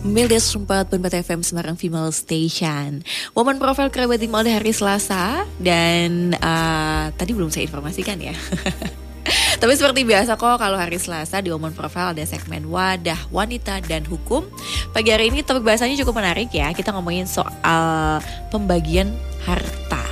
Mildes 4.4 FM Semarang Female Station. Woman Profile kerabat pada hari Selasa. Dan tadi belum saya informasikan ya. Tapi seperti biasa kok, kalau hari Selasa di Woman Profile ada segmen Wadah Wanita dan Hukum. Pagi hari ini topik bahasanya cukup menarik ya. Kita ngomongin soal pembagian harta.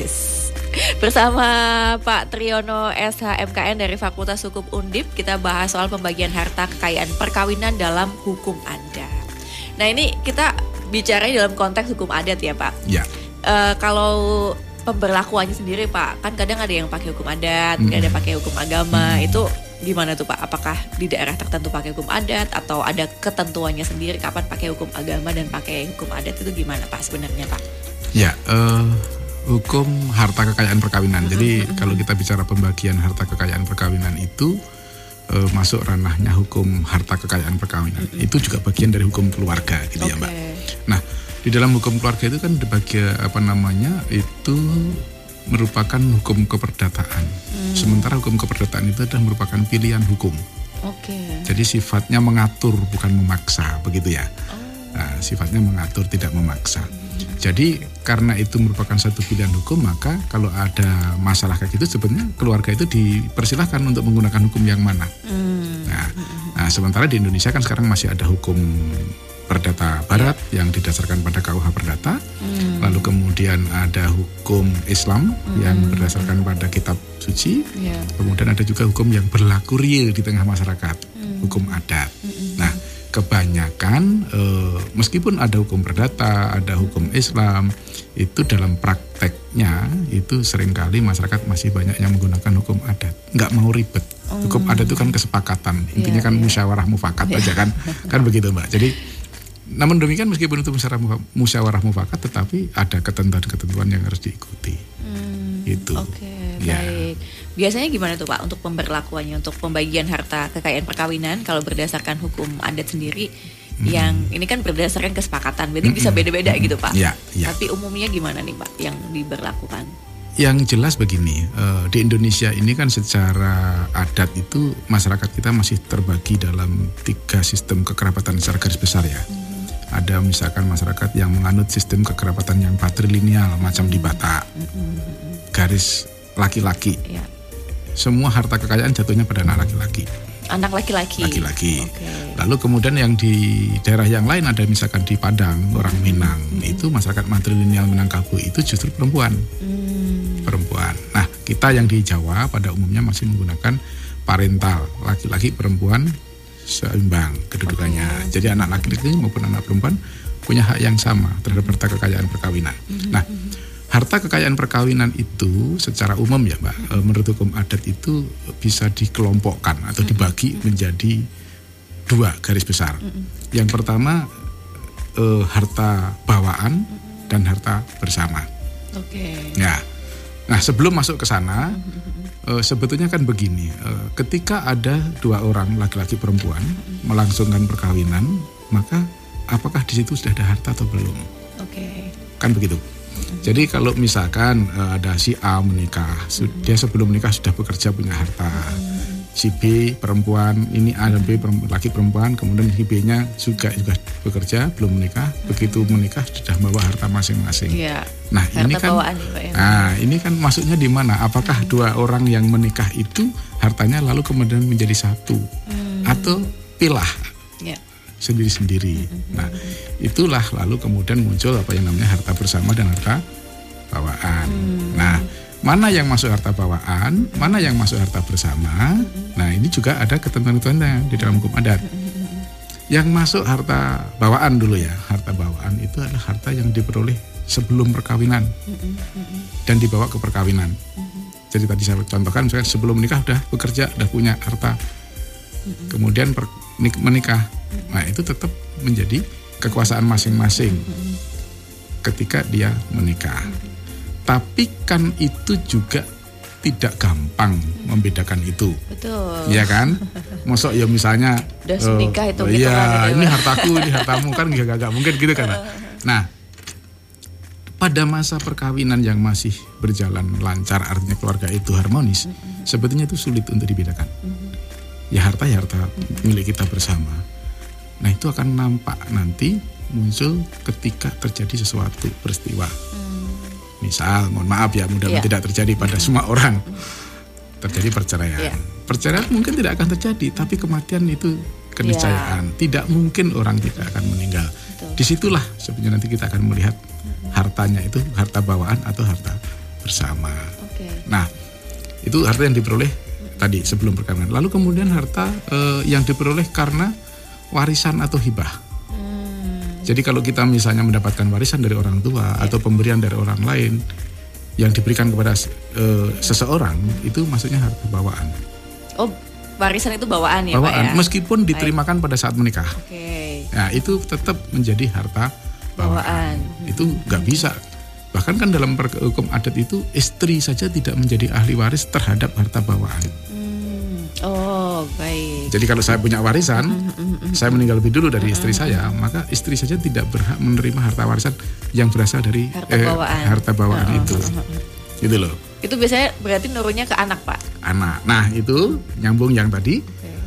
Bersama Pak Triyono SHMKN dari Fakultas Hukum Undip, kita bahas soal pembagian harta kekayaan perkawinan dalam hukum adat. Nah, ini kita bicara dalam konteks hukum adat ya Pak. Ya. Kalau pemberlakuannya sendiri Pak, kan kadang ada yang pakai hukum adat, ada pakai hukum agama. Itu gimana tuh Pak? Apakah di daerah tertentu pakai hukum adat atau ada ketentuannya sendiri kapan pakai hukum agama dan pakai hukum adat, itu gimana Pak sebenarnya Pak? Ya, hukum harta kekayaan perkawinan. Jadi kalau kita bicara pembagian harta kekayaan perkawinan itu masuk ranahnya hukum harta kekayaan perkawinan. Itu juga bagian dari hukum keluarga gitu ya Mbak. Nah, di dalam hukum keluarga itu kan itu merupakan hukum keperdataan. Sementara hukum keperdataan itu adalah merupakan pilihan hukum. Jadi sifatnya mengatur bukan memaksa, begitu ya. Nah, sifatnya mengatur tidak memaksa. Jadi karena itu merupakan satu pilihan hukum, maka kalau ada masalah kayak gitu sebenarnya keluarga itu dipersilahkan untuk menggunakan hukum yang mana. Nah, sementara di Indonesia kan sekarang masih ada hukum perdata barat yang didasarkan pada KUH Perdata. Lalu kemudian ada hukum Islam yang berdasarkan pada kitab suci. Kemudian ada juga hukum yang berlaku real di tengah masyarakat, hukum adat. Nah, kebanyakan meskipun ada hukum perdata, ada hukum Islam, itu dalam prakteknya itu seringkali masyarakat masih banyak yang menggunakan hukum adat. Nggak mau ribet. Hukum adat itu kan kesepakatan. Intinya kan musyawarah mufakat aja kan. Kan begitu Mbak. Jadi namun demikian meskipun itu musyawarah mufakat, tetapi ada ketentuan-ketentuan yang harus diikuti. Itu. Baik. Biasanya gimana tuh Pak untuk pemberlakuannya, untuk pembagian harta kekayaan perkawinan kalau berdasarkan hukum adat sendiri? Yang ini kan berdasarkan kesepakatan, berarti bisa beda-beda gitu Pak. Tapi umumnya gimana nih Pak yang diberlakukan? Yang jelas begini, di Indonesia ini kan secara adat itu masyarakat kita masih terbagi dalam 3 sistem kekerabatan secara garis besar ya. Ada misalkan masyarakat yang menganut sistem kekerabatan yang patrilineal macam di Batak, garis laki-laki. Semua harta kekayaan jatuhnya pada anak laki-laki. Anak laki-laki. Lalu kemudian yang di daerah yang lain ada misalkan di Padang, orang Minang, itu masyarakat matrilineal Minangkabau itu justru perempuan. Nah, kita yang di Jawa pada umumnya masih menggunakan parental, laki-laki perempuan seimbang kedudukannya. Jadi anak laki-laki maupun anak perempuan punya hak yang sama terhadap harta kekayaan perkawinan. Nah, harta kekayaan perkawinan itu secara umum ya Mbak, menurut hukum adat itu bisa dikelompokkan atau dibagi menjadi 2 garis besar. Yang pertama harta bawaan dan harta bersama. Ya. Nah, sebelum masuk ke sana, sebetulnya kan begini, ketika ada 2 orang laki-laki perempuan melangsungkan perkawinan, maka apakah di situ sudah ada harta atau belum? Kan begitu. Jadi kalau misalkan ada si A menikah, dia sebelum menikah sudah bekerja punya harta. Si B perempuan, ini A dan B laki perempuan, kemudian si B-nya juga bekerja belum menikah, begitu menikah sudah membawa harta masing-masing. Nah, harta ini kan bawaan, ya. Nah, ini kan masuknya di mana? Apakah 2 orang yang menikah itu hartanya lalu kemudian menjadi satu atau pilah? Sendiri-sendiri. Nah, itulah lalu kemudian muncul apa yang namanya harta bersama dan harta bawaan. Nah, mana yang masuk harta bawaan, mana yang masuk harta bersama. Nah, ini juga ada ketentuan-ketentuannya di dalam hukum adat. Yang masuk harta bawaan dulu ya. Harta bawaan itu adalah harta yang diperoleh sebelum perkawinan dan dibawa ke perkawinan. Jadi tadi saya contohkan misalkan sebelum menikah sudah bekerja, sudah punya harta. Kemudian menikah. Nah, itu tetap menjadi kekuasaan masing-masing ketika dia menikah. Tapi kan itu juga tidak gampang membedakan itu. Betul. Iya kan? Mosok ya misalnya udah menikah itu iya, ini hartaku, ini hartamu, kan gak mungkin gitu kan. Nah, pada masa perkawinan yang masih berjalan lancar, artinya keluarga itu harmonis, sebetulnya itu sulit untuk dibedakan. Ya harta milik kita bersama. Nah itu akan nampak nanti muncul ketika terjadi sesuatu peristiwa. Misal, mohon maaf ya, mudah-mudahan tidak terjadi pada semua orang. Terjadi perceraian. Perceraian mungkin tidak akan terjadi, tapi kematian itu keniscayaan. Tidak mungkin orang tidak akan meninggal. Disitulah sebenarnya nanti kita akan melihat hartanya itu harta bawaan atau harta bersama. Nah, itu harta yang diperoleh tadi sebelum perkawinan. Lalu kemudian harta yang diperoleh karena warisan atau hibah. Jadi kalau kita misalnya mendapatkan warisan dari orang tua atau pemberian dari orang lain yang diberikan kepada seseorang, itu maksudnya harta bawaan. Oh, warisan itu bawaan ya, Pak ya? Meskipun diterimakan pada saat menikah. Nah, itu tetap menjadi harta bawaan. Itu nggak bisa. Bahkan kan dalam hukum adat itu istri saja tidak menjadi ahli waris terhadap harta bawaan. Oh, baik. Jadi kalau saya punya warisan, saya meninggal lebih dulu dari istri saya, maka istri saja tidak berhak menerima harta warisan yang berasal dari harta bawaan itu. Gitu loh. Itu biasanya berarti nurunnya ke anak, Pak? Anak. Nah, itu nyambung yang tadi.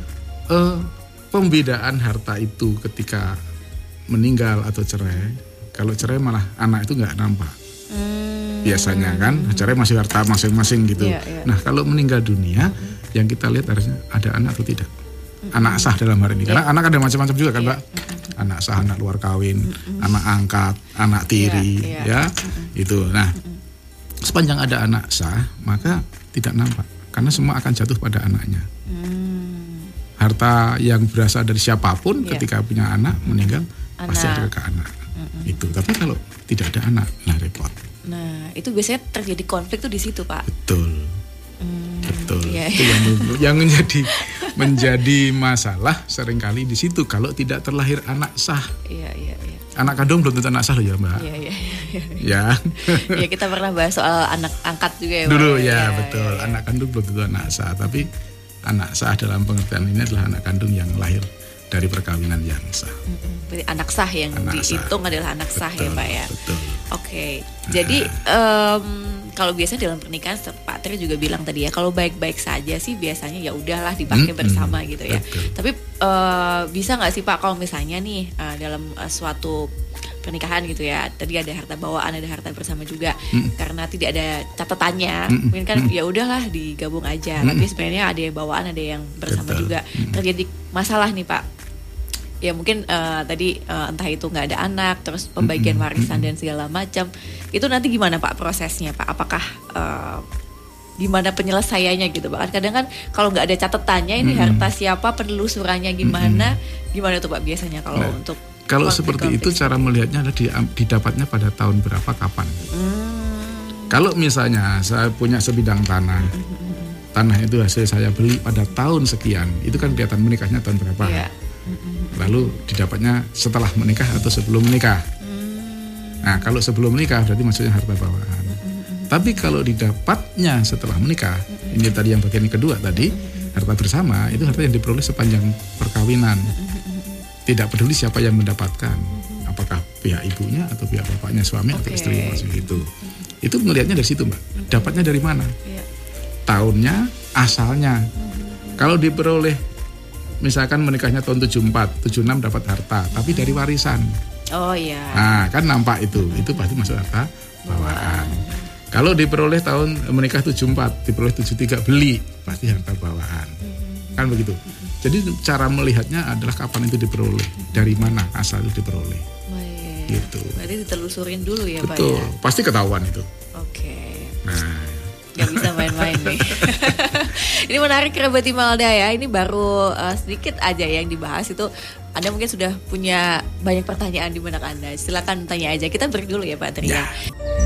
Pembedaan harta itu ketika meninggal atau cerai. Kalau cerai malah anak itu nggak nampak. Biasanya kan, cerai masih harta masing-masing gitu. Nah, kalau meninggal dunia, yang kita lihat harusnya ada anak atau tidak. Anak sah dalam hari ini. Karena anak ada macam-macam juga kan, Mbak. Anak sah, anak luar kawin, anak angkat, anak tiri, ya. Itu. Nah, sepanjang ada anak sah, maka tidak nampak. Karena semua akan jatuh pada anaknya. Harta yang berasal dari siapapun ketika punya anak meninggal, pasti ada ke anak. Itu. Tapi kalau tidak ada anak, nah repot. Nah, itu biasanya terjadi konflik tuh di situ, Pak. Betul. Betul. Itu yang menjadi masalah seringkali di situ kalau tidak terlahir anak sah. Anak kandung belum tentu anak sah loh ya, Mbak. Ya. Ya, kita pernah bahas soal anak angkat juga ya, Mbak. Dulu betul. Anak kandung belum tentu anak sah, tapi anak sah dalam pengertian ini adalah anak kandung yang lahir dari perkawinan yang sah. Berarti anak sah yang dihitung adalah anak sah, ya, Pak ya. Betul. Jadi kalau biasanya dalam pernikahan Pak Tri juga bilang tadi ya, kalau baik-baik saja sih biasanya ya udahlah dipakai bersama gitu ya. Betul. Tapi bisa nggak sih Pak kalau misalnya nih dalam suatu pernikahan gitu ya, tadi ada harta bawaan, ada harta bersama juga, karena tidak ada catatannya, mungkin kan ya udahlah digabung aja, tapi sebenarnya ada yang bawaan, ada yang bersama juga. Terjadi masalah nih Pak, ya mungkin tadi entah itu nggak ada anak, terus pembagian warisan dan segala macam, itu nanti gimana Pak prosesnya Pak? Apakah gimana penyelesaiannya gitu Pak? Kadang kan kalau nggak ada catatannya ini harta siapa, penelusurannya gimana tuh Pak biasanya kalau untuk kalau seperti itu cara melihatnya adalah didapatnya pada tahun berapa, kapan. Kalau misalnya saya punya sebidang tanah, tanah itu hasil saya beli pada tahun sekian, itu kan kelihatan menikahnya tahun berapa. Lalu didapatnya setelah menikah atau sebelum menikah. Nah, kalau sebelum menikah berarti maksudnya harta bawaan. Tapi kalau didapatnya setelah menikah, ini tadi yang bagian kedua tadi, harta bersama, itu harta yang diperoleh sepanjang perkawinan. Tidak peduli siapa yang mendapatkan, apakah pihak ibunya atau pihak bapaknya, suami atau istri, maksud itu. Itu melihatnya dari situ Mbak. Dapatnya dari mana? Tahunnya, asalnya. Kalau diperoleh, misalkan menikahnya tahun 74, 76 dapat harta, tapi dari warisan. Nah, kan nampak itu pasti masuk harta bawaan. Kalau diperoleh tahun menikah 74, diperoleh 73 beli, pasti harta bawaan. Kan begitu. Jadi cara melihatnya adalah kapan itu diperoleh, dari mana asal itu diperoleh. Gitu. Berarti ditelusurin dulu ya Pak. Betul, pasti ketahuan itu. Nah, gak bisa main-main nih. Ini menarik Kerabat Imelda ya. Ini baru sedikit aja yang dibahas itu. Anda mungkin sudah punya banyak pertanyaan di benak Anda. Silakan tanya aja. Kita break dulu ya Pak Tri. Ya.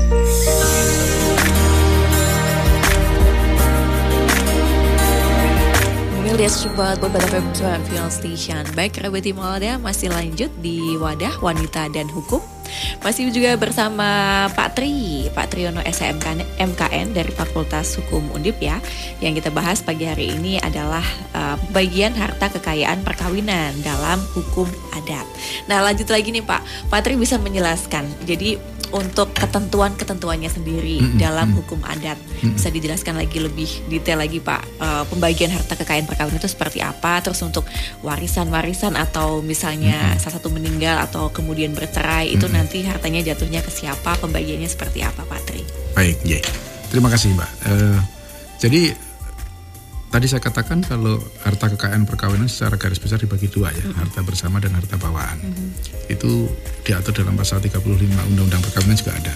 Lihat Sumbat buat FM Final Station. Baik Kerabat Imelda, masih lanjut di Wadah Wanita dan Hukum. Masih juga bersama Pak Triyono SMK MKN dari Fakultas Hukum Undip ya. Yang kita bahas pagi hari ini adalah bagian harta kekayaan perkawinan dalam hukum adat. Nah lanjut lagi nih Pak Tri bisa menjelaskan. Jadi untuk ketentuan-ketentuannya sendiri dalam hukum adat. Bisa dijelaskan lagi lebih detail lagi Pak, pembagian harta kekayaan perkawinan itu seperti apa? Terus untuk warisan-warisan atau misalnya salah satu meninggal atau kemudian bercerai, itu nanti hartanya jatuhnya ke siapa? Pembagiannya seperti apa Pak Tri? Baik, ya. Terima kasih Mbak. Jadi tadi saya katakan kalau harta kekayaan perkawinan secara garis besar dibagi dua ya, harta bersama dan harta bawaan. Itu diatur dalam pasal 35 Undang-Undang Perkawinan juga ada.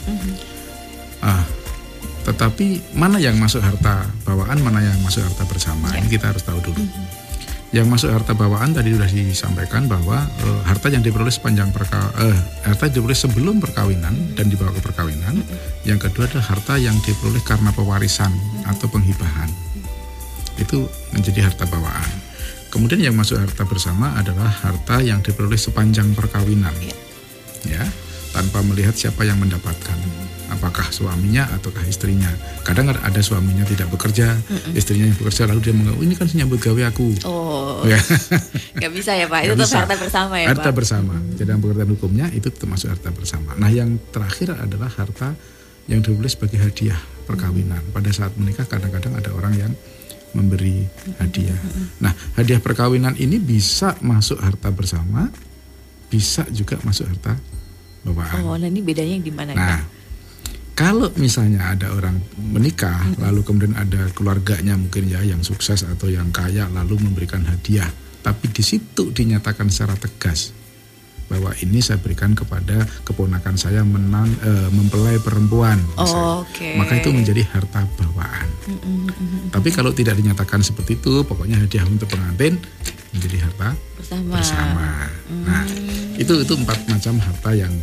Tetapi mana yang masuk harta bawaan, mana yang masuk harta bersama, ini kita harus tahu dulu. Yang masuk harta bawaan tadi sudah disampaikan bahwa harta yang diperoleh harta yang diperoleh sebelum perkawinan dan dibawa ke perkawinan. Yang kedua adalah harta yang diperoleh karena pewarisan atau penghibahan. Itu menjadi harta bawaan. Kemudian yang masuk harta bersama adalah harta yang diperoleh sepanjang perkawinan, ya, tanpa melihat siapa yang mendapatkan, apakah suaminya ataukah istrinya. Kadang ada suaminya tidak bekerja, istrinya yang bekerja, lalu dia menganggap ini kan nyambut gawe aku. Ya. Gak bisa ya Pak, itu tetap harta bersama ya Pak. Harta bersama. Jadi dalam pengertian hukumnya itu termasuk harta bersama. Nah yang terakhir adalah harta yang diperoleh sebagai hadiah perkawinan. Pada saat menikah kadang-kadang ada orang yang memberi hadiah. Nah, hadiah perkawinan ini bisa masuk harta bersama, bisa juga masuk harta bawaan. Nah ini bedanya di mana? Nah, kalau misalnya ada orang menikah, lalu kemudian ada keluarganya mungkin ya yang sukses atau yang kaya, lalu memberikan hadiah, tapi di situ dinyatakan secara tegas bahwa ini saya berikan kepada keponakan saya mempelai perempuan, maka itu menjadi harta bawaan. Tapi kalau tidak dinyatakan seperti itu, pokoknya hadiah untuk pengantin menjadi harta bersama. Nah, itu 4 macam harta yang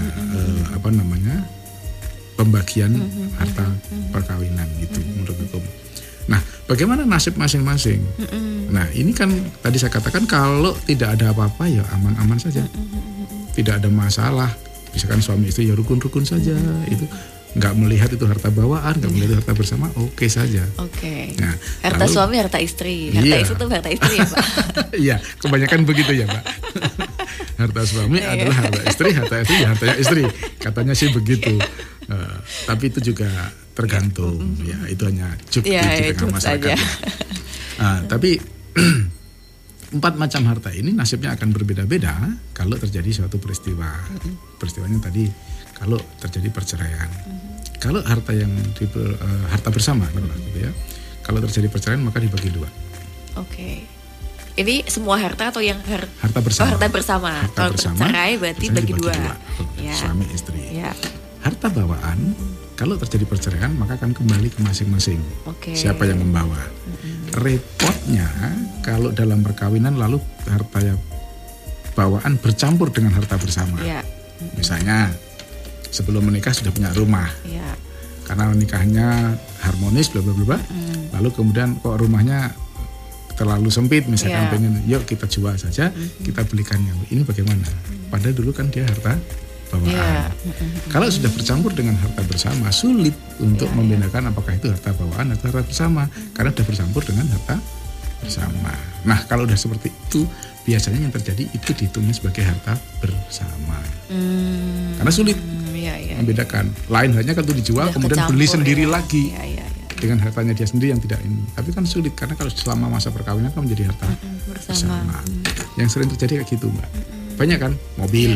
pembagian harta perkawinan itu menurut hukum. Nah, bagaimana nasib masing-masing? Nah, ini kan tadi saya katakan kalau tidak ada apa-apa ya aman-aman saja. Tidak ada masalah. Misalkan suami istri ya rukun-rukun saja. Itu nggak melihat itu harta bawaan, nggak melihat itu harta bersama, oke saja. Nah, harta suami, harta istri. Harta istri itu harta istri ya Pak? Iya, kebanyakan begitu ya Pak. Harta suami adalah harta istri ya hartanya istri. Katanya sih begitu. Tapi itu juga tergantung, ya itu hanya cuk di tengah masyarakat. Tapi 4 macam harta ini nasibnya akan berbeda-beda kalau terjadi suatu peristiwa. Peristiwanya tadi kalau terjadi perceraian. Kalau harta yang harta bersama gitu ya. Kalau terjadi perceraian maka dibagi 2. Ini semua harta atau yang harta bersama? Harta bersama. Kalau bercerai berarti bagi 2. Suami istri. Harta bawaan kalau terjadi perceraian maka akan kembali ke masing-masing. Siapa yang membawa. Repotnya kalau dalam perkawinan lalu harta bawaan bercampur dengan harta bersama. Misalnya sebelum menikah sudah punya rumah. Karena nikahnya harmonis bla bla bla. Lalu kemudian kok rumahnya terlalu sempit, misalkan pengen yuk kita jual saja, kita belikan yang ini bagaimana? Padahal dulu kan dia harta bawaan. Kalau sudah bercampur dengan harta bersama, sulit untuk membedakan apakah itu harta bawaan atau harta bersama, karena sudah bercampur dengan harta bersama. Nah, kalau sudah seperti itu, biasanya yang terjadi itu dihitungnya sebagai harta bersama. Karena sulit membedakan. Lain halnya kalau dijual kemudian beli sendiri lagi dengan hartanya dia sendiri yang tidak ini. Tapi kan sulit karena kalau selama masa perkawinan kan menjadi harta bersama. Yang sering terjadi kayak gitu, Mbak. Banyak kan mobil.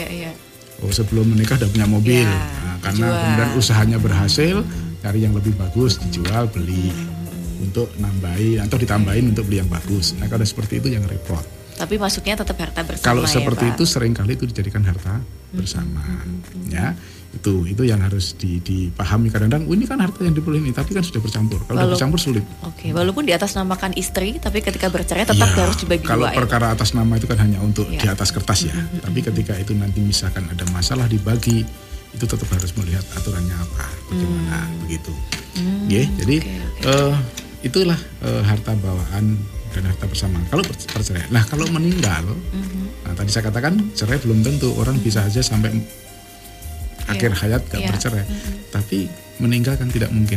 Sebelum menikah udah punya mobil, karena kemudian usahanya berhasil, cari yang lebih bagus, dijual, beli untuk nambahin atau ditambahin untuk beli yang bagus. Nah kalau seperti itu yang repot. Tapi masuknya tetap harta bersama. Kalau seperti itu seringkali itu dijadikan harta bersama, ya itu yang harus dipahami. Kadang-kadang ini kan harta yang diperoleh ini, tapi kan sudah bercampur. Kalau sudah bercampur sulit. Walaupun di atas namakan istri, tapi ketika bercerai tetap harus dibagi 2. Kalau perkara atas nama itu kan hanya untuk di atas kertas ya. Tapi ketika itu nanti misalkan ada masalah dibagi, itu tetap harus melihat aturannya apa, bagaimana begitu. Jadi itulah harta bawaan dan harta bersama. Kalau perceraian. Nah kalau meninggal, nah tadi saya katakan cerai belum tentu, orang bisa aja sampai akhir hayat gak bercerai, tapi meninggal kan tidak mungkin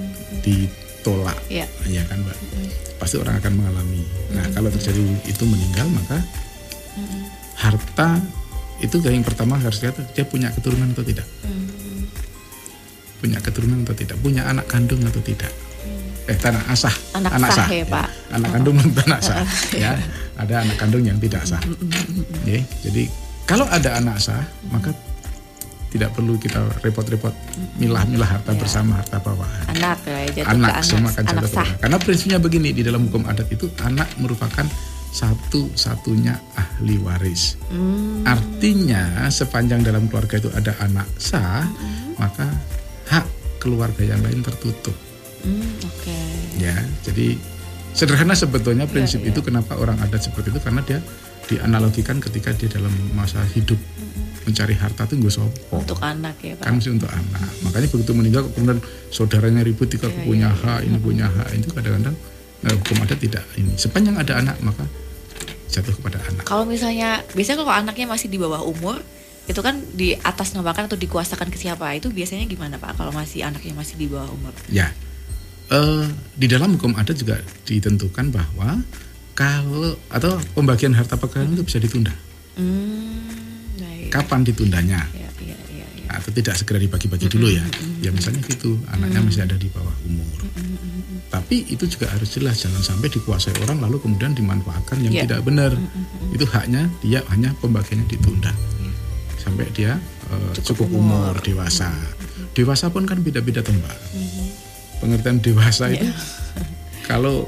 ditolak, ya kan Mbak? Pasti orang akan mengalami. Nah kalau terjadi itu meninggal maka harta itu yang pertama harus lihat dia punya keturunan atau tidak. Punya keturunan atau tidak, punya anak kandung atau tidak. Anak sah ya, Pak. Anak kandung belum anak sah. Ya, ada anak kandung yang tidak sah. Ya, jadi kalau ada anak sah, maka tidak perlu kita repot-repot milah-milah harta bersama, harta bawaan. Anak semua akan jatuh ke anak. Karena prinsipnya begini, di dalam hukum adat itu anak merupakan satu-satunya ahli waris. Artinya sepanjang dalam keluarga itu ada anak sah, maka hak keluarga yang lain tertutup. Ya, jadi sederhana sebetulnya prinsip itu. Kenapa orang adat seperti itu, karena dia dianalogikan ketika dia dalam masa hidup mencari harta itu nggak sopo untuk anak ya Pak. Kan sih untuk anak. Makanya begitu meninggal kemudian saudaranya ribut, jika punya hak, ini punya hak, itu kadang-kadang hukum adat tidak ini. Sepanjang ada anak maka jatuh kepada anak. Kalau misalnya biasanya kalau anaknya masih di bawah umur, itu kan di atas namakan atau dikuasakan ke siapa? Itu biasanya gimana Pak kalau masih anaknya masih di bawah umur? Ya. Di dalam hukum adat juga ditentukan bahwa kalau atau pembagian harta perkawinan itu bisa ditunda. Kapan ditundanya? Ya. Atau tidak segera dibagi-bagi dulu ya. Ya misalnya gitu, anaknya masih ada di bawah umur. Tapi itu juga harus jelas, jangan sampai dikuasai orang lalu kemudian dimanfaatkan yang tidak benar. Itu haknya dia, hanya pembagiannya ditunda sampai dia cukup umur dewasa. Dewasa pun kan beda-beda tembak. Pengertian dewasa itu kalau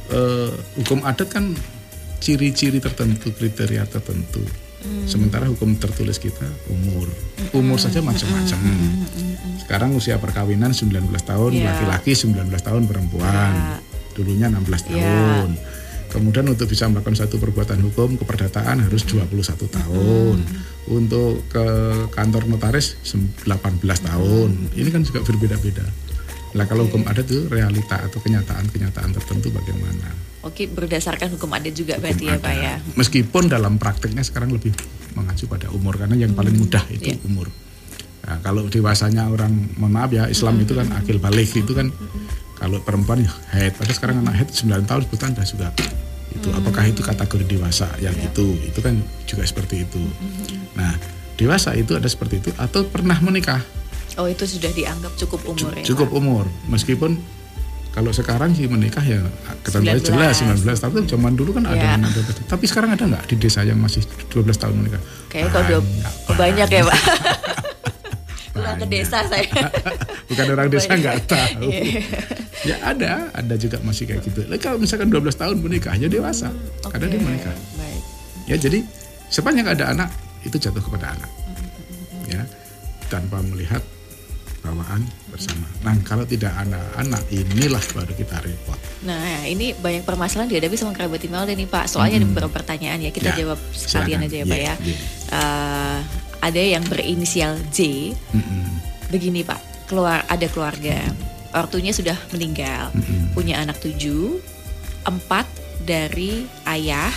hukum adat kan ciri-ciri tertentu, kriteria tertentu. Sementara hukum tertulis kita umur saja macam-macam. Sekarang usia perkawinan 19 tahun laki-laki, 19 tahun perempuan. Dulunya 16 tahun. Kemudian untuk bisa melakukan satu perbuatan hukum keperdataan harus 21 tahun. Untuk ke kantor notaris 18 tahun. Ini kan juga berbeda-beda. Nah kalau hukum adat itu realita atau kenyataan tertentu bagaimana? Berdasarkan hukum adat juga berarti ya Pak ya. Meskipun dalam prakteknya sekarang lebih mengacu pada umur, karena yang paling mudah itu umur. Nah, kalau dewasanya orang, mohon maaf ya, Islam itu kan akil balik itu kan. Kalau perempuan haid, padahal sekarang anak haid 9 tahun sebutan sudah itu. Apakah itu kategori dewasa? Yang itu kan juga seperti itu. Nah dewasa itu ada seperti itu atau pernah menikah. Itu sudah dianggap cukup umur ya. Cukup umur, meskipun kalau sekarang sih menikah ya ketentuannya jelas 19 tahun. Zaman dulu kan ada. Tapi sekarang ada nggak di desa yang masih 12 tahun menikah? Kayaknya kalau banyak ya Pak. Pulang ke desa saya. Bukan orang desa nggak tahu. Ya ada juga masih kayak gitu. Kalau misalkan 12 tahun menikah ya dewasa, karena dia menikah. Baik. Ya jadi sepanjang ada anak itu jatuh kepada anak. Ya tanpa melihat bawaan bersama. Nah kalau tidak anak-anak inilah baru kita repot. Nah ini banyak permasalahan dihadapi sama kerabat Imelda nih Pak. Soalnya ada beberapa pertanyaan ya, kita jawab sekalian aja ya Pak ya. Ada yang berinisial J. Begini Pak, ada keluarga, ortunya sudah meninggal, punya anak 7, 4 dari ayah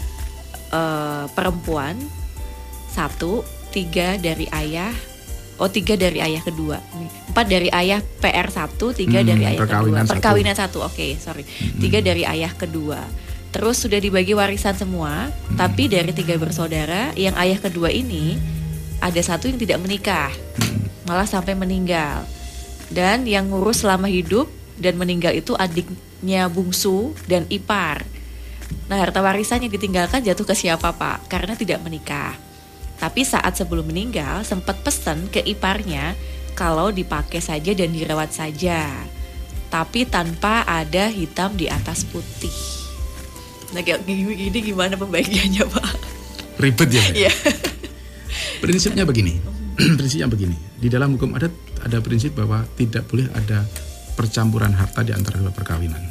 perempuan, 1, 3 dari ayah. 3 dari ayah kedua, 4 dari ayah PR1, 3 dari ayah kedua. Perkawinan 1, sorry. 3 dari ayah kedua. Terus sudah dibagi warisan semua, tapi dari 3 bersaudara, yang ayah kedua ini ada 1 yang tidak menikah, malah sampai meninggal. Dan yang ngurus selama hidup dan meninggal itu adiknya bungsu dan ipar. Nah harta warisan yang ditinggalkan jatuh ke siapa Pak? Karena tidak menikah. Tapi saat sebelum meninggal sempat pesan ke iparnya kalau dipakai saja dan dirawat saja, tapi tanpa ada hitam di atas putih. Nah kayak gini gimana pembagiannya Pak? Ribet ya. Prinsipnya begini. Di dalam hukum adat ada prinsip bahwa tidak boleh ada percampuran harta di antara dua perkawinan.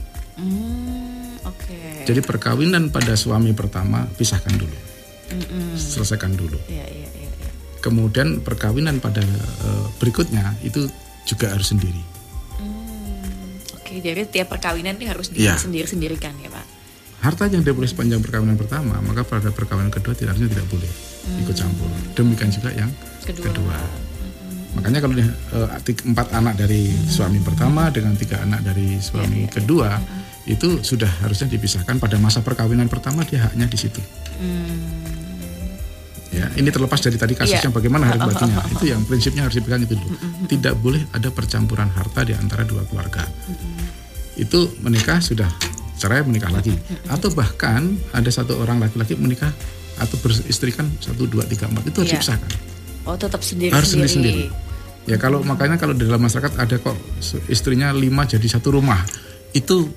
Jadi perkawinan pada suami pertama pisahkan dulu. Selesaikan dulu. Kemudian perkawinan pada berikutnya itu juga harus sendiri. Jadi tiap perkawinan ini harus sendiri-sendirikan ya Pak. Harta yang dia boleh sepanjang perkawinan pertama, maka pada perkawinan kedua harusnya tidak boleh ikut campur. Demikian juga yang kedua. Makanya kalau 4 anak dari suami pertama dengan 3 anak dari suami kedua itu sudah harusnya dipisahkan pada masa perkawinan pertama, dia haknya di situ. Ya, ini terlepas dari tadi kasusnya bagaimana harta baginya. Itu yang prinsipnya harus dipegang itu dulu. Tidak boleh ada percampuran harta di antara dua keluarga. Itu menikah sudah cerai menikah lagi. Atau bahkan ada satu orang laki-laki menikah atau beristrikan 1, 2, 3, 4 itu harus dipisahkan. Oh, tetap sendiri-sendiri. Harus sendiri-sendiri. Ya makanya kalau di dalam masyarakat ada kok istrinya 5 jadi satu rumah. Itu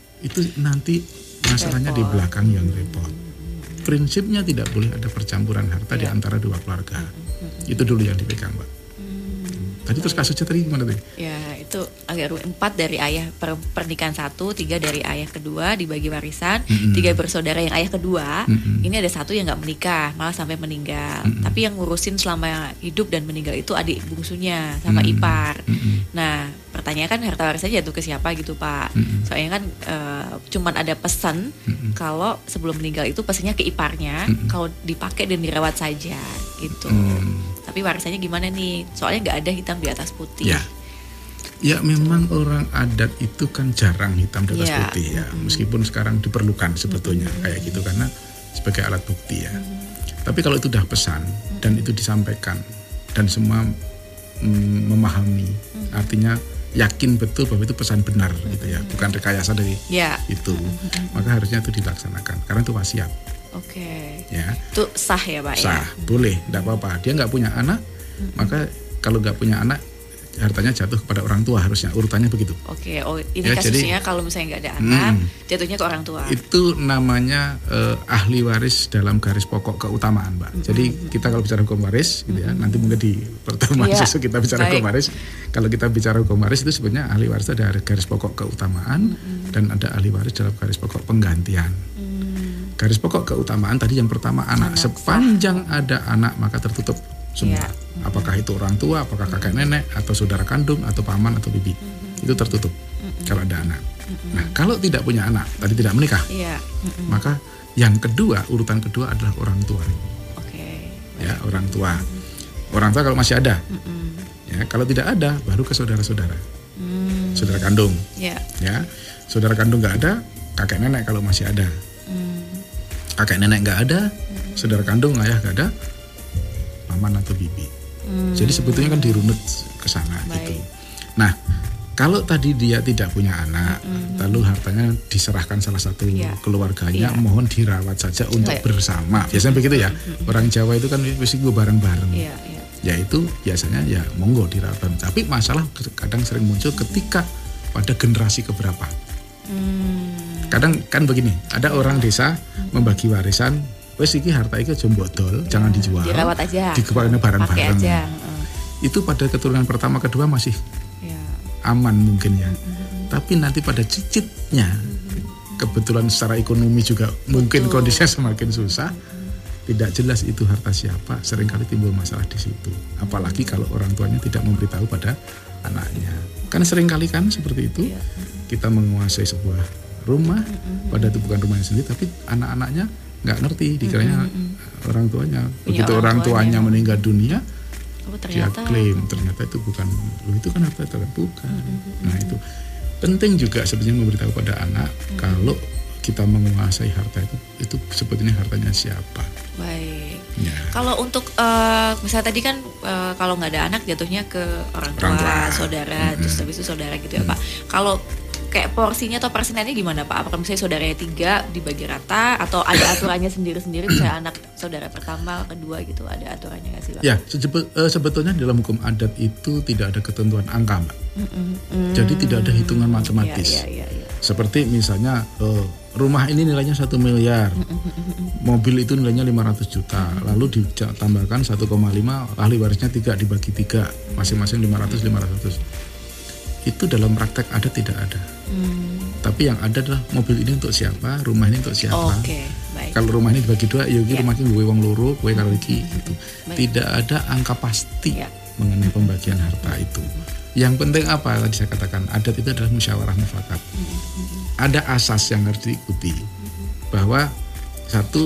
nanti masalahnya di belakang yang repot. Prinsipnya tidak boleh ada percampuran harta di antara dua keluarga. Itu dulu yang dipegang, Mbak. Tadi terus kasusnya tadi gimana tadi? Ya, itu agak 4 dari ayah pernikahan 1, 3 dari ayah kedua dibagi warisan, 3 bersaudara yang ayah kedua. Ini ada 1 yang nggak menikah, malah sampai meninggal. Tapi yang ngurusin selama hidup dan meninggal itu adik bungsunya sama ipar. Nah, pertanyaannya kan harta warisannya jatuh ke siapa gitu, Pak? Soalnya kan cuman ada pesan kalau sebelum meninggal itu pesannya ke iparnya, kalau dipakai dan dirawat saja gitu. Tapi warisannya gimana nih? Soalnya nggak ada hitam di atas putih. Ya memang orang adat itu kan jarang hitam di atas putih ya. Meskipun sekarang diperlukan sebetulnya kayak gitu karena sebagai alat bukti ya. Tapi kalau itu udah pesan dan itu disampaikan dan semua memahami, artinya yakin betul bahwa itu pesan benar gitu ya, bukan rekayasa dari itu, maka harusnya itu dilaksanakan karena itu wasiat. Oke. Ya. Itu sah ya, Pak? Sah, boleh, tidak apa-apa. Dia nggak punya anak, maka kalau nggak punya anak, hartanya jatuh kepada orang tua harusnya. Urutannya begitu. Oke. Oh, ini ya, kasusnya jadi, kalau misalnya nggak ada anak, jatuhnya ke orang tua. Itu namanya ahli waris dalam garis pokok keutamaan, Mbak. Jadi kita kalau bicara hukum waris, gitu ya. Nanti mungkin di pertemuan sesuatu kita bicara hukum waris. Kalau kita bicara hukum waris itu sebenarnya ahli waris ada garis pokok keutamaan dan ada ahli waris dalam garis pokok penggantian. Garis pokok keutamaan tadi yang pertama anak. Sepanjang ada anak maka tertutup semua. Apakah itu orang tua, apakah kakek nenek, atau saudara kandung, atau paman, atau bibi. Itu tertutup kalau ada anak. Nah, kalau tidak punya anak, tadi tidak menikah, maka yang kedua, urutan kedua adalah orang tua. Ya, orang tua. Orang tua kalau masih ada. Ya, kalau tidak ada, baru ke saudara-saudara. Saudara kandung. Ya, saudara kandung nggak ada, kakek nenek kalau masih ada. Kakek nenek nggak ada, saudara kandung ayah nggak ada, paman atau bibi. Jadi sebetulnya kan dirunut ke sana gitu. Nah, kalau tadi dia tidak punya anak, lalu hartanya diserahkan salah satu keluarganya, mohon dirawat saja untuk bersama. Biasanya begitu ya. Orang Jawa itu kan mesti gue bareng-bareng. Ya itu biasanya ya monggo dirawat. Tapi masalah kadang sering muncul ketika pada generasi keberapa. Kadang kan begini, ada orang desa membagi warisan, wes iki harta iki aja mbodol, jangan dijual. Dirawat aja. Dikeluarkan bareng-bareng. Itu pada keturunan pertama kedua masih aman mungkin ya. Tapi nanti pada cicitnya kebetulan secara ekonomi juga mungkin kondisinya semakin susah. Tidak jelas itu harta siapa, seringkali timbul masalah di situ. Apalagi kalau orang tuanya tidak memberitahu pada anaknya. Kan seringkali kan seperti itu. Kita menguasai sebuah rumah, padahal itu bukan rumahnya sendiri, tapi anak-anaknya nggak ngerti, dikiranya orang tuanya. Begitu orang tuanya meninggal dunia, dia klaim ternyata itu bukan, itu kan harta itu kan bukan. Nah itu penting juga sebenarnya memberitahu pada anak kalau kita menguasai harta itu sebetulnya hartanya siapa. Baik. Ya. Kalau untuk misalnya tadi kan kalau nggak ada anak jatuhnya ke orang tua, saudara, terus habis itu saudara gitu ya Pak. Kalau kayak porsinya atau persenannya gimana Pak? Apakah misalnya saudaranya 3 dibagi rata atau ada aturannya sendiri-sendiri? Misalnya anak saudara pertama, kedua gitu, ada aturannya nggak sih Pak? Ya, sebetulnya dalam hukum adat itu tidak ada ketentuan angka Mbak. Jadi tidak ada hitungan matematis. Seperti misalnya rumah ini nilainya 1 miliar, mobil itu nilainya 500 juta, lalu ditambahkan 1,5, ahli warisnya 3 dibagi 3, masing-masing 500. Itu dalam praktek adat tidak ada. Tapi yang ada adalah mobil ini untuk siapa, rumah ini untuk siapa. Kalau rumah ini dibagi 2, ya rumah ini gue wong loro, gue karo iki gitu. Tidak ada angka pasti mengenai pembagian harta itu. Yang penting apa tadi saya katakan, adat itu adalah musyawarah mufakat. Ada asas yang harus diikuti bahwa satu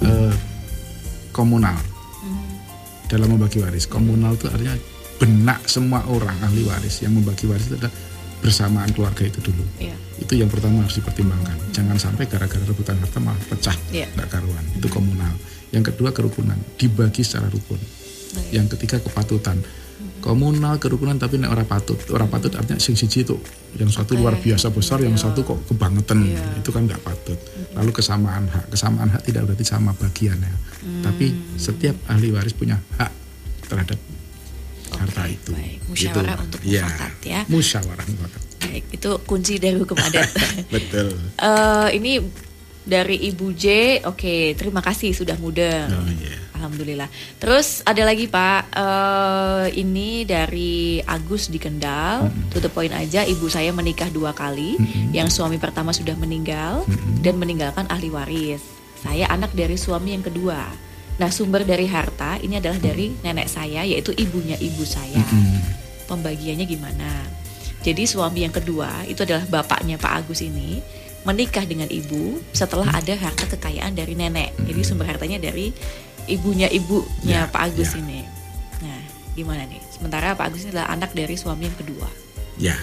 komunal dalam membagi waris. Komunal itu artinya benak semua orang ahli waris yang membagi waris itu adalah bersamaan keluarga itu dulu. Itu yang pertama harus dipertimbangkan. Jangan sampai gara-gara rebutan harta malah pecah, nggak karuan. Itu komunal. Yang kedua kerukunan, dibagi secara rukun. Yang ketiga kepatutan. Komunal kerukunan tapi nek ora patut artinya sing siji itu yang satu luar biasa besar, yang satu kok kebangetan, itu kan nggak patut. Lalu kesamaan hak tidak berarti sama bagiannya, tapi setiap ahli waris punya hak terhadap harta itu. Baik. Musyawarah untuk mufakat ya. Musyawarah mufakat. Baik, itu kunci dari hukum adat. Betul. Ini dari Ibu J, oke, terima kasih sudah mudeng. Alhamdulillah. Terus ada lagi Pak, ini dari Agus di Kendal. To the point aja, ibu saya menikah 2 kali. Yang suami pertama sudah meninggal dan meninggalkan ahli waris. Saya anak dari suami yang kedua. Nah, sumber dari harta ini adalah dari nenek saya, yaitu ibunya ibu saya. Pembagiannya gimana? Jadi suami yang kedua itu adalah bapaknya Pak Agus ini menikah dengan ibu setelah ada harta kekayaan dari nenek. Jadi sumber hartanya dari ibunya Pak Agus ini. Nah, gimana nih? Sementara Pak Agus ini adalah anak dari suami yang kedua. Ya,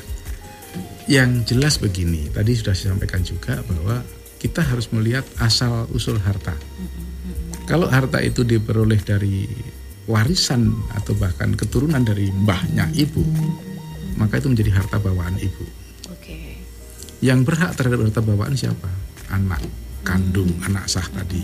yang jelas begini. Tadi sudah saya sampaikan juga bahwa kita harus melihat asal usul harta. Kalau harta itu diperoleh dari warisan atau bahkan keturunan dari mbahnya ibu, maka itu menjadi harta bawaan ibu. Oke. Yang berhak terhadap harta bawaan siapa? Anak kandung, anak sah tadi.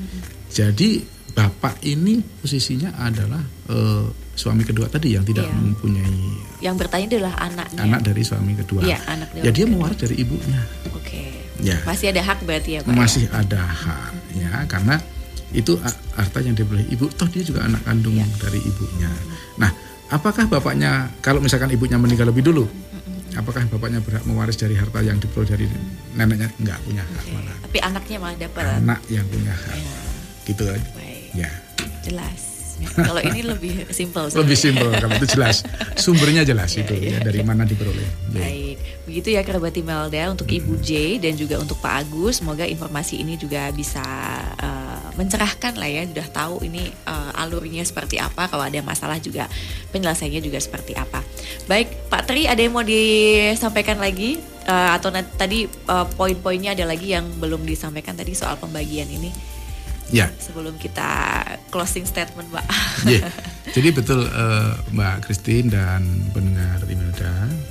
Jadi bapak ini posisinya adalah suami kedua tadi yang tidak mempunyai. Yang bertanya adalah anaknya. Anak dari suami kedua. Iya, anak dari. Ya dia mewaris dari ibunya. Oke. Ya. Masih ada hak berarti ya Pak? Masih ada hak ya, karena itu harta yang dibeli ibu. Toh dia juga anak kandung dari ibunya. Nah, apakah bapaknya kalau misalkan ibunya meninggal lebih dulu? Apakah bapaknya berhak mewaris dari harta yang diperoleh dari neneknya? Enggak punya hak malah. Tapi anaknya malah dapat. Anak yang punya hak. Gitu aja. Ya. Jelas. Kalau ini lebih simpel. Lebih simpel kalau itu jelas. Sumbernya jelas itu ya, dari mana diperoleh. Baik. Begitu ya kerabat Imelda untuk Ibu J dan juga untuk Pak Agus. Semoga informasi ini juga bisa mencerahkan lah ya. Sudah tahu ini alurnya seperti apa. Kalau ada masalah juga penjelasannya juga seperti apa. Baik, Pak Tri, ada yang mau disampaikan lagi? Atau tadi poin-poinnya ada lagi yang belum disampaikan tadi soal pembagian ini? Ya. Sebelum kita closing statement, Mbak. Ya. Jadi betul Mbak Christine dan pendengar Imelda,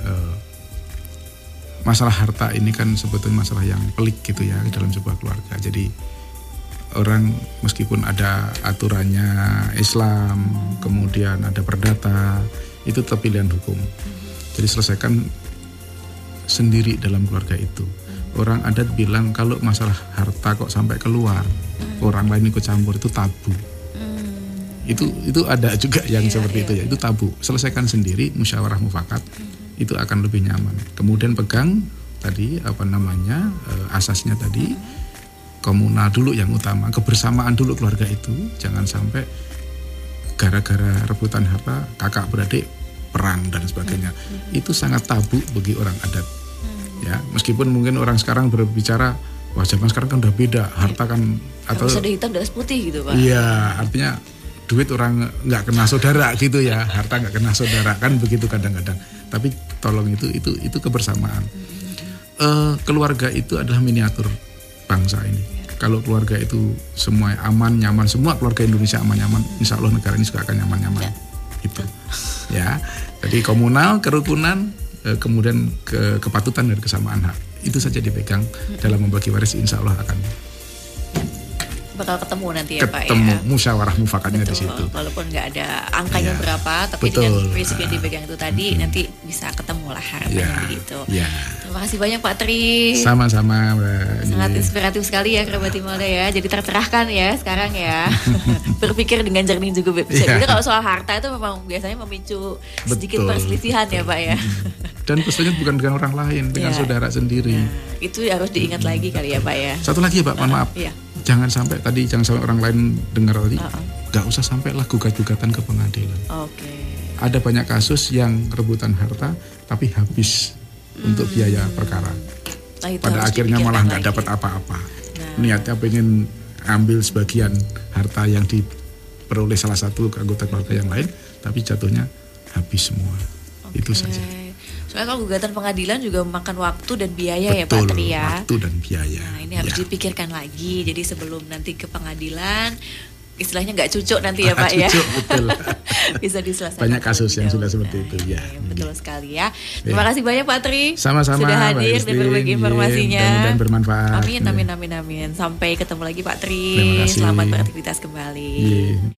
masalah harta ini kan sebetulnya masalah yang pelik gitu ya dalam sebuah keluarga. Jadi orang meskipun ada aturannya Islam, kemudian ada perdata, itu tetap pilihan hukum. Jadi selesaikan sendiri dalam keluarga itu. Orang adat bilang kalau masalah harta kok sampai keluar, orang lain ikut campur, itu tabu. Itu ada juga yang seperti itu ya. Itu tabu. Selesaikan sendiri, musyawarah mufakat, itu akan lebih nyaman. Kemudian pegang tadi asasnya tadi, komunal dulu yang utama, kebersamaan dulu keluarga itu. Jangan sampai gara-gara rebutan harta kakak beradik perang dan sebagainya. Itu sangat tabu bagi orang adat. Ya, meskipun mungkin orang sekarang berbicara, wah zaman sekarang kan udah beda, harta kan atau harus ada hitam di atas putih gitu Pak. Iya, artinya duit orang nggak kena saudara gitu ya, harta nggak kena saudara kan begitu kadang-kadang. Tapi tolong itu kebersamaan. Keluarga itu adalah miniatur bangsa ini. Kalau keluarga itu semua aman nyaman, semua keluarga Indonesia aman nyaman, insya Allah negara ini juga akan nyaman-nyaman. Itu, ya. Jadi komunal, kerukunan, kemudian kepatutan dan kesamaan hak, itu saja dipegang dalam membagi waris, insya Allah akan bakal ketemu nanti ya Pak ya. Ketemu musyawarah mufakatnya di situ. Walaupun nggak ada angkanya berapa, tapi dengan prinsip yang dipegang itu tadi nanti bisa ketemu lah harapannya begitu. Terima kasih banyak Pak Tri. Sama-sama Mbak. Sangat inspiratif sekali ya kerabat Imelda ya. Jadi tercerahkan ya sekarang ya. Berpikir dengan jernih juga bisa. Jadi kalau soal harta itu memang biasanya memicu sedikit perselisihan ya Pak ya. Dan pesannya bukan dengan orang lain, dengan saudara sendiri. Itu harus diingat lagi kali ya Pak ya. Satu lagi ya Pak, mohon maaf. Jangan sampai orang lain dengar tadi, nggak usah sampai lah gugat-gugatan ke pengadilan. Ada banyak kasus yang rebutan harta tapi habis untuk biaya perkara. Pada akhirnya malah nggak dapat apa-apa. Niatnya pengen ambil sebagian harta yang diperoleh salah satu anggota keluarga yang lain, tapi jatuhnya habis semua. Itu saja. Soalnya kalau gugatan pengadilan juga memakan waktu dan biaya. Betul, ya Pak Tri ya. Waktu dan biaya. Nah ini harus dipikirkan lagi. Jadi sebelum nanti ke pengadilan, istilahnya nggak cucuk nanti ya Pak ya. Cucuk, betul. Bisa diselesaikan. Banyak kasus yang sudah seperti itu ya. Betul sekali ya. Terima kasih banyak Pak Tri. Sama-sama. Sudah hadir dan berbagi informasinya. Mudah-mudahan bermanfaat. Amin. Sampai ketemu lagi Pak Tri. Terima kasih. Selamat beraktivitas kembali.